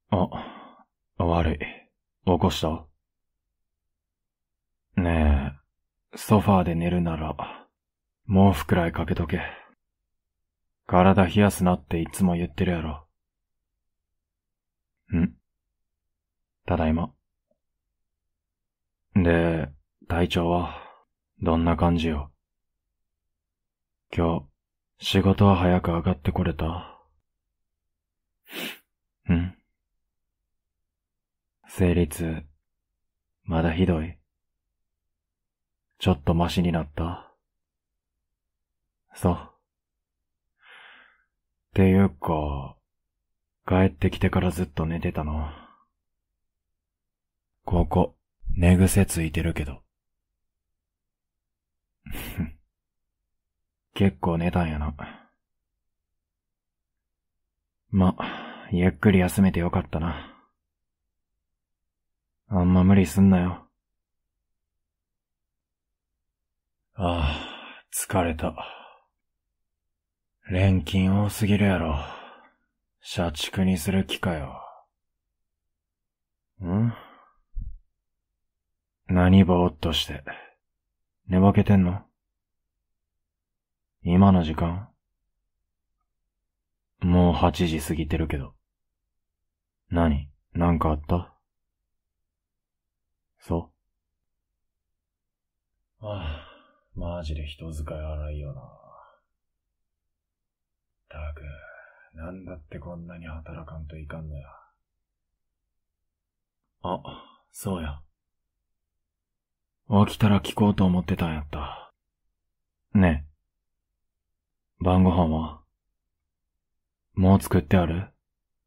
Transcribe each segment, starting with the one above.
あ、悪い。起こした？ねえ、ソファーで寝るなら、毛布くらいかけとけ。体冷やすなっていつも言ってるやろ。ただいま。で、体調は、どんな感じよ。今日、仕事は早く上がってこれた？生理痛、まだひどい？ちょっとマシになった？そう。っていうか、帰ってきてからずっと寝てたの？ここ、寝癖ついてるけど。結構寝たんやな。ま、ゆっくり休めてよかったな。あんま無理すんなよ。ああ、疲れた。錬金多すぎるやろ。社畜にする気かよ。何ぼーっとして。寝ぼけてんの？今の時間？もう8時過ぎてるけど。なんかあった？そう？マジで人使い荒いよな。たく、なんだってこんなに働かんといかんのや。そうや。起きたら聞こうと思ってたんやった。ねえ、晩ご飯は？もう作ってある？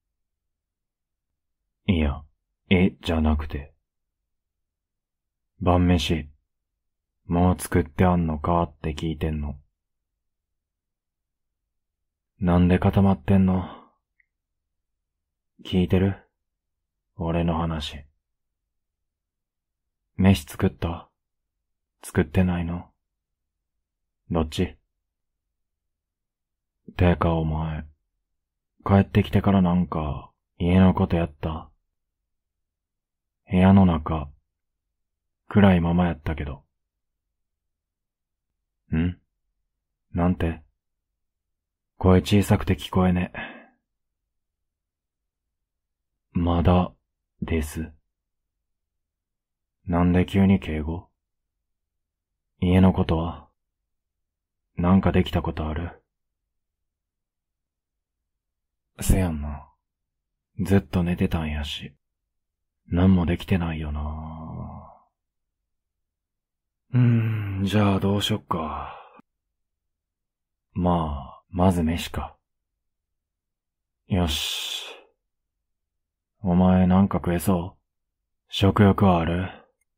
いや、じゃなくて。晩飯、もう作ってあんのかって聞いてんの。なんで固まってんの？聞いてる？俺の話。飯作った？作ってないの？どっち？てかお前、帰ってきてからなんか、家のことやった？部屋の中、暗いままやったけど。なんて？声小さくて聞こえねえ。まだ、です。なんで急に敬語？家のことは？なんかできたことある？せやんな。ずっと寝てたんやし。なんもできてないよな。じゃあどうしよっか。まず飯か。よし。お前なんか食えそう？食欲はある？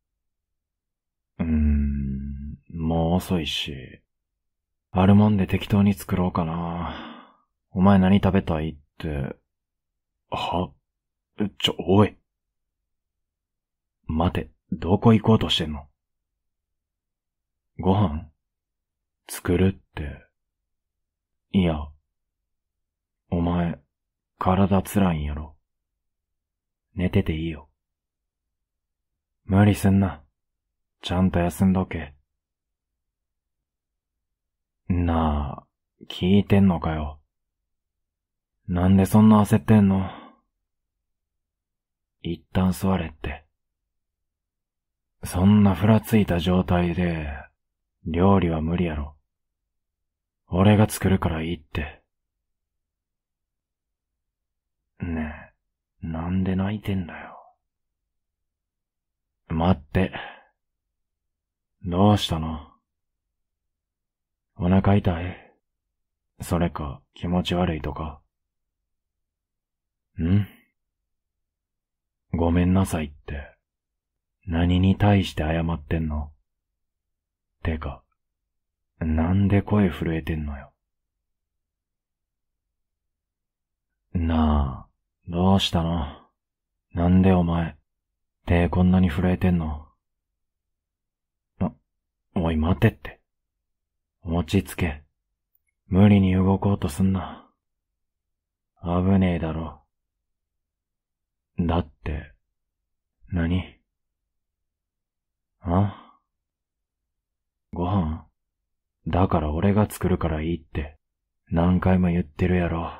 もう遅いし。あるもんで適当に作ろうかな。お前何食べたいって。は？おい。待て、どこ行こうとしてんの？ご飯？作るって。いや、お前、体つらいんやろ。寝てていいよ。無理すんな。ちゃんと休んどけ。なあ、聞いてんのかよ。なんでそんな焦ってんの？一旦座れって。そんなふらついた状態で、料理は無理やろ。俺が作るからいいって。ねえ、なんで泣いてんだよ。待って。どうしたの？お腹痛い？それか気持ち悪いとか？ごめんなさいって。何に対して謝ってんの？てか、なんで声震えてんのよ。なあ、どうしたの？なんでお前、手こんなに震えてんの？おい待てって。落ち着け。無理に動こうとすんな。危ねえだろ。 だって、何？あ？ご飯？だから俺が作るからいいって何回も言ってるやろ。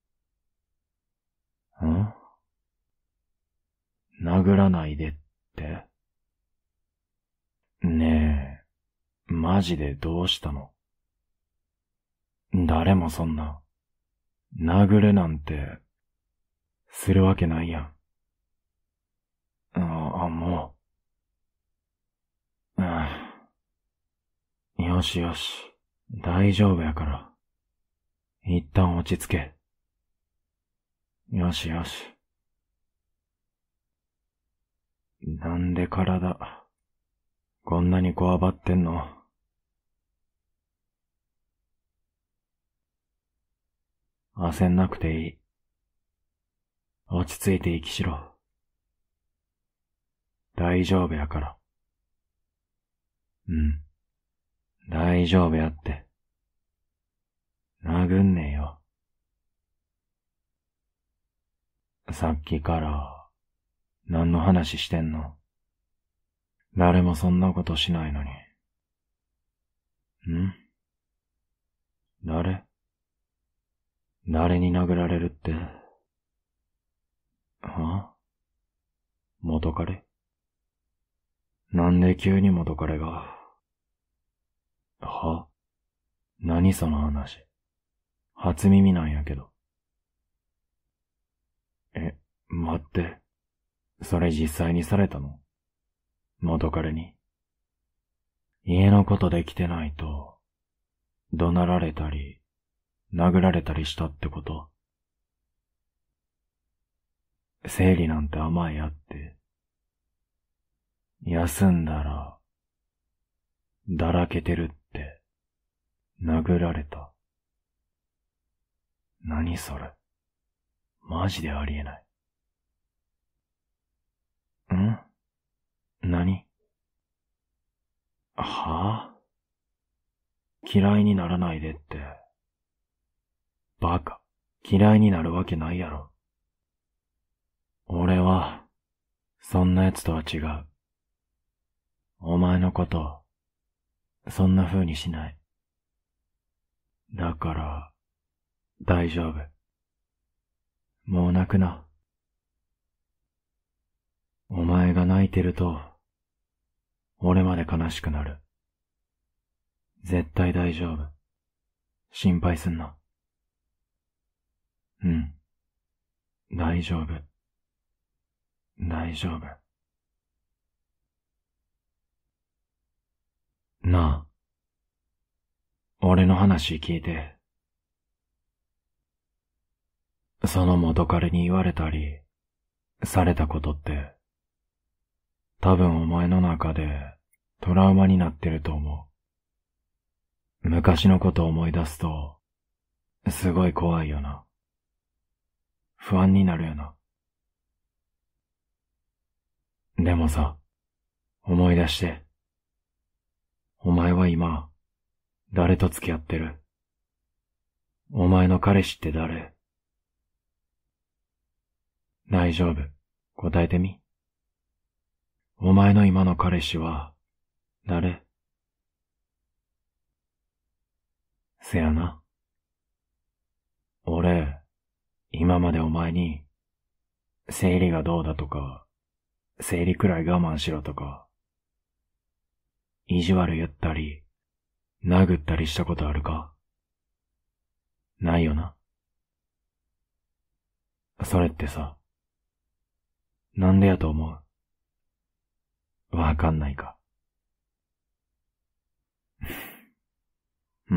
ん？殴らないでって？ねえ、マジでどうしたの？誰もそんな、殴るなんて、するわけないやん。もう。よしよし、大丈夫やから。一旦落ち着け。よしよし。なんで体、こんなにこわばってんの？焦んなくていい。落ち着いて息しろ。大丈夫やから。うん。大丈夫やって。殴んねえよ。さっきから、何の話してんの？誰もそんなことしないのに。ん？誰に殴られるって？は？元彼？なんで急に元彼が？は？何その話。初耳なんやけど。待って。それ実際にされたの？元彼に。家のことできてないと、怒鳴られたり、殴られたりしたってこと？生理なんて甘いやって。休んだら、だらけてるって、殴られた。何それ。マジでありえない。何？はぁ？嫌いにならないでって。バカ。嫌いになるわけないやろ。俺は、そんな奴とは違う。お前のこと、そんな風にしない。だから、大丈夫。もう泣くな。お前が泣いてると、俺まで悲しくなる。絶対大丈夫。心配すんな。うん。大丈夫。大丈夫。なあ。俺の話聞いて。その元彼に言われたり、されたことって、多分お前の中でトラウマになってると思う。昔のことを思い出すと、すごい怖いよな。不安になるよな。でもさ、思い出して。お前は今、誰と付き合ってる？お前の彼氏って誰？大丈夫。答えてみ。お前の今の彼氏は、誰？せやな。俺、今までお前に、生理がどうだとか、生理くらい我慢しろとか、意地悪言ったり、殴ったりしたことあるか？ないよな。それってさ、なんでやと思う？わかんないか。うん。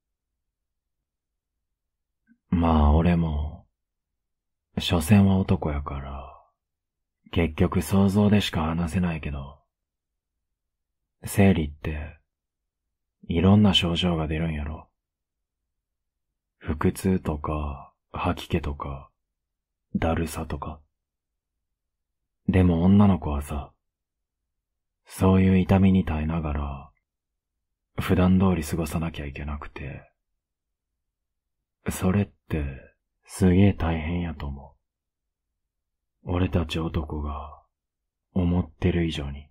まあ俺も、所詮は男やから、結局想像でしか話せないけど、生理って、いろんな症状が出るんやろ。腹痛とか、吐き気とか、だるさとか。でも女の子はさ、そういう痛みに耐えながら、普段通り過ごさなきゃいけなくて、それって、すげえ大変やと思俺たち男が思ってる以上に。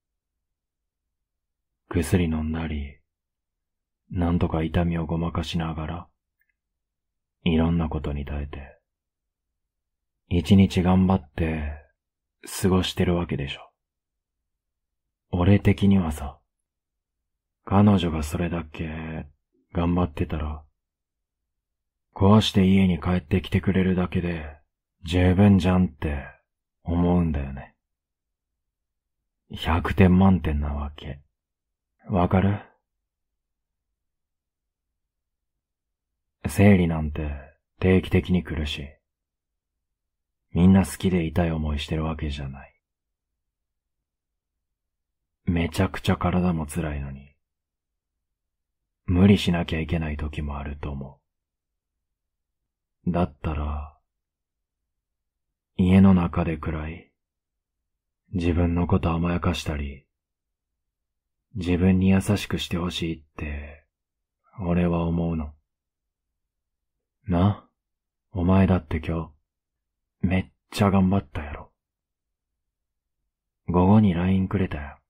薬飲んだり、なんとか痛みをごまかしながら、いろんなことに耐えて、一日頑張って過ごしてるわけでしょ。俺的にはさ、彼女がそれだけ頑張ってたら、こうして家に帰ってきてくれるだけで十分じゃんって思うんだよね。100点満点なわけ。わかる？生理なんて定期的に来るし、みんな好きで痛い思いしてるわけじゃない。めちゃくちゃ体も辛いのに、無理しなきゃいけない時もあると思う。だったら、家の中でくらい、自分のこと甘やかしたり、自分に優しくしてほしいって、俺は思うの。な、お前だって今日、めっちゃ頑張ったやろ。午後に LINE くれたよ。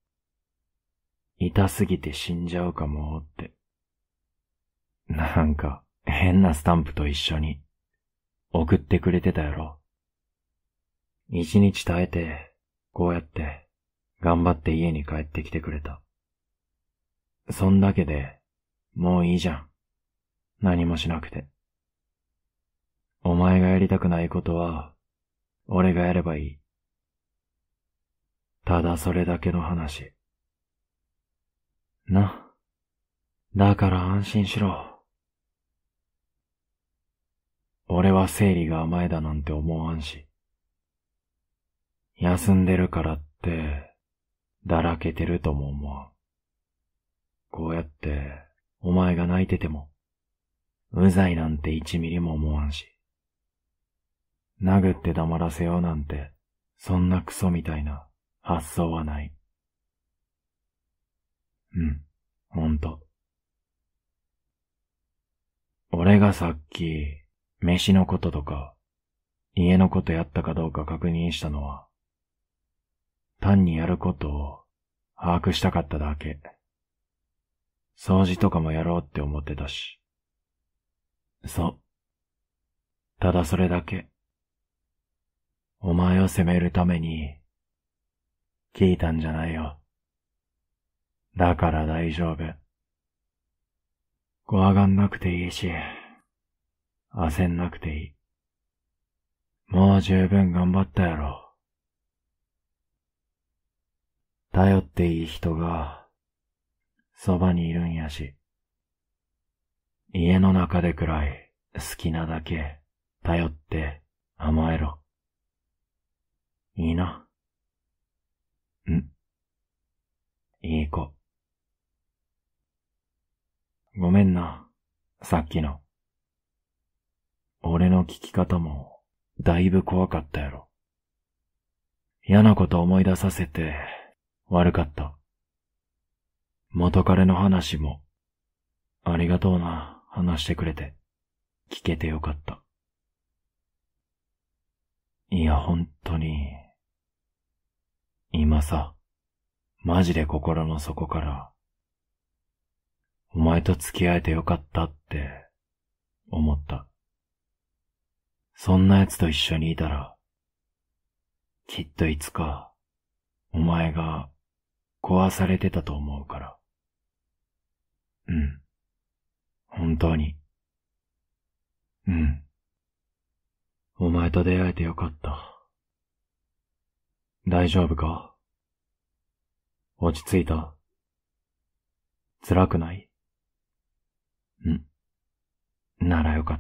痛すぎて死んじゃうかもって。なんか変なスタンプと一緒に送ってくれてたやろ。一日耐えて、こうやって頑張って家に帰ってきてくれた。そんだけでもういいじゃん。何もしなくて。お前がやりたくないことは俺がやればいい。ただそれだけの話。な。だから安心しろ。俺は生理が甘えだなんて思わんし。休んでるからって、だらけてるとも思わん。こうやって、お前が泣いてても、うざいなんて1ミリも思わんし。殴って黙らせようなんて、そんなクソみたいな発想はない。ほんと。俺がさっき、飯のこととか、家のことやったかどうか確認したのは、単にやることを把握したかっただけ。掃除とかもやろうって思ってたし。そう。ただそれだけ。お前を責めるために、聞いたんじゃないよ。だから大丈夫。怖がんなくていいし、焦んなくていい。もう十分頑張ったやろ。頼っていい人が、そばにいるんやし。家の中でくらい好きなだけ頼って甘えろ。いいな。いい子。ごめんな、さっきの。俺の聞き方もだいぶ怖かったやろ。嫌なこと思い出させて悪かった。元彼の話もありがとうな、話してくれて。聞けてよかった。いや本当に、今さ、マジで心の底から、お前と付き合えてよかったって思った。そんな奴と一緒にいたら、きっといつか、お前が壊されてたと思うから。本当に。お前と出会えてよかった。大丈夫か？落ち着いた？辛くない？ならよかった。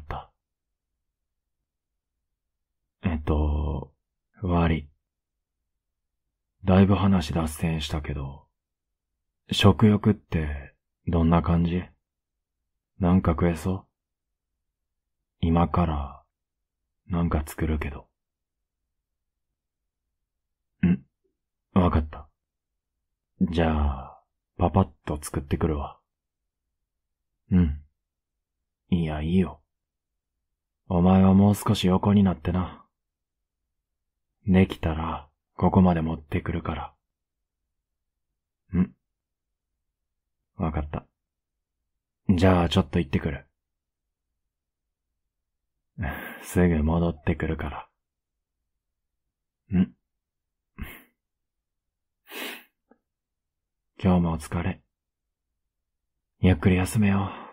悪い。だいぶ話脱線したけど、食欲ってどんな感じ？なんか食えそう？今からなんか作るけど。わかった。じゃあ、パパッと作ってくるわ。いや、いいよ。お前はもう少し横になってな。 できたら、ここまで持ってくるから。わかった。じゃあちょっと行ってくる。すぐ戻ってくるから。今日もお疲れ。ゆっくり休めよう。